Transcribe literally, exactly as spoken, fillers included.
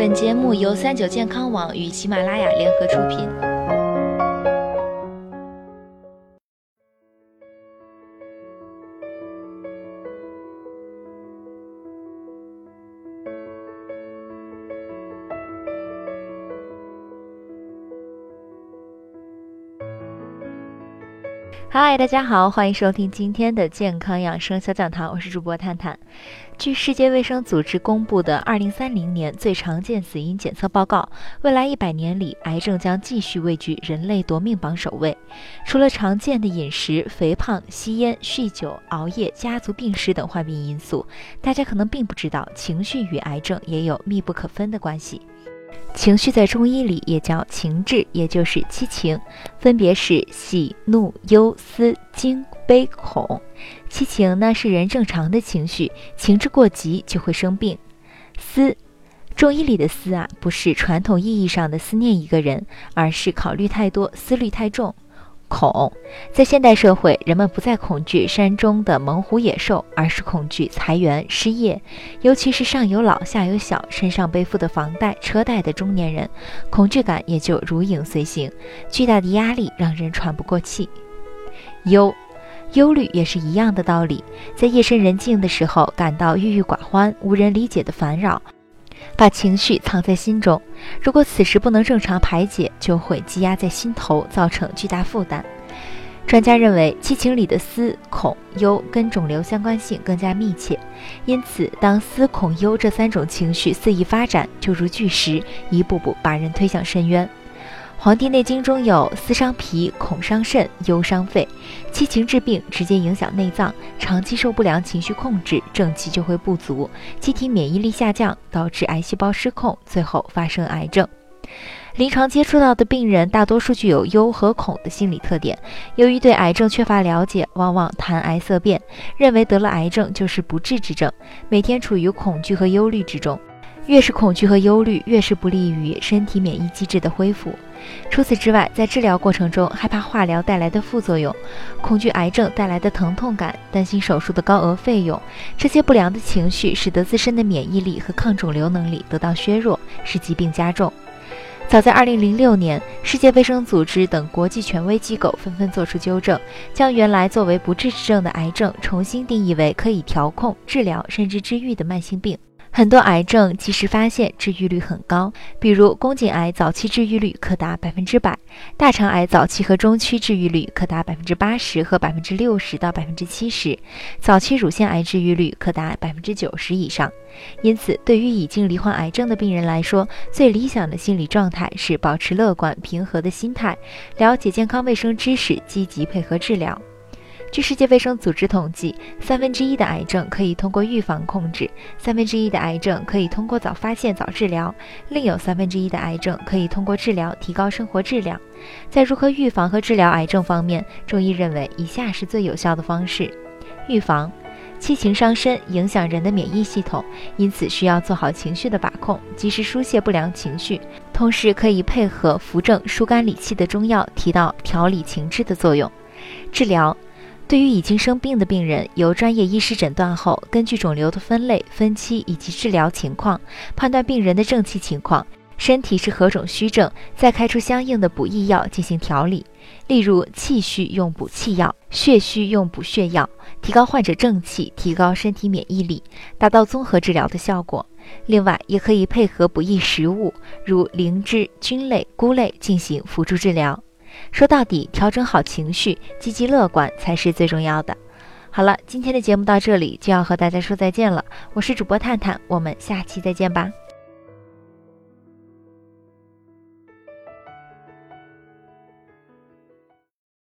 本节目由三九健康网与喜马拉雅联合出品。嗨，大家好，欢迎收听今天的健康养生小讲堂，我是主播探探。据世界卫生组织公布的二零三零年最常见死因检测报告，未来一百年里，癌症将继续位居人类夺命榜首位。除了常见的饮食、肥胖、吸烟、酗酒、熬夜、家族病史等患病因素，大家可能并不知道，情绪与癌症也有密不可分的关系。情绪在中医里也叫情志，也就是七情，分别是喜、怒、忧、思、惊、悲、恐。七情呢是人正常的情绪，情志过急就会生病。思，中医里的思啊，不是传统意义上的思念一个人，而是考虑太多，思虑太重。恐，在现代社会，人们不再恐惧山中的猛虎野兽，而是恐惧裁员、失业，尤其是上有老下有小，身上背负的房贷、车贷的中年人，恐惧感也就如影随形，巨大的压力让人喘不过气。忧，忧虑也是一样的道理，在夜深人静的时候，感到郁郁寡欢、无人理解的烦扰，把情绪藏在心中，如果此时不能正常排解，就会积压在心头，造成巨大负担。专家认为，七情里的思、恐、忧跟肿瘤相关性更加密切，因此当思、恐、忧这三种情绪肆意发展，就如巨石，一步步把人推向深渊。《黄帝内经》中有思伤脾，恐伤肾，忧伤肺。七情治病直接影响内脏，长期受不良情绪控制，正气就会不足，机体免疫力下降，导致癌细胞失控，最后发生癌症。临床接触到的病人大多数具有忧和恐的心理特点，由于对癌症缺乏了解，往往谈癌色变，认为得了癌症就是不治之症，每天处于恐惧和忧虑之中。越是恐惧和忧虑，越是不利于身体免疫机制的恢复。除此之外，在治疗过程中，害怕化疗带来的副作用，恐惧癌症带来的疼痛感，担心手术的高额费用，这些不良的情绪使得自身的免疫力和抗肿瘤能力得到削弱，使疾病加重。早在二零零六年，世界卫生组织等国际权威机构纷纷做出纠正，将原来作为不治之症的癌症重新定义为可以调控、治疗甚至治愈的慢性病。很多癌症及时发现，治愈率很高，比如宫颈癌早期治愈率可达百分之百，大肠癌早期和中期治愈率可达百分之八十和百分之六十到百分之七十，早期乳腺癌治愈率可达百分之九十以上。因此，对于已经罹患癌症的病人来说，最理想的心理状态是保持乐观平和的心态，了解健康卫生知识，积极配合治疗。据世界卫生组织统计，三分之一的癌症可以通过预防控制，三分之一的癌症可以通过早发现早治疗，另有三分之一的癌症可以通过治疗提高生活质量。在如何预防和治疗癌症方面，中医认为以下是最有效的方式。预防，七情伤身，影响人的免疫系统，因此需要做好情绪的把控，及时疏泄不良情绪，同时可以配合扶正疏肝理气的中药，提到调理情志的作用。治疗，对于已经生病的病人，由专业医师诊断后，根据肿瘤的分类、分期以及治疗情况，判断病人的正气情况，身体是何种虚症，再开出相应的补益药进行调理。例如气虚用补气药，血虚用补血药，提高患者正气，提高身体免疫力，达到综合治疗的效果。另外，也可以配合补益食物，如灵芝、菌类、菇类进行辅助治疗。说到底，调整好情绪，积极乐观才是最重要的。好了，今天的节目到这里就要和大家说再见了，我是主播探探，我们下期再见吧。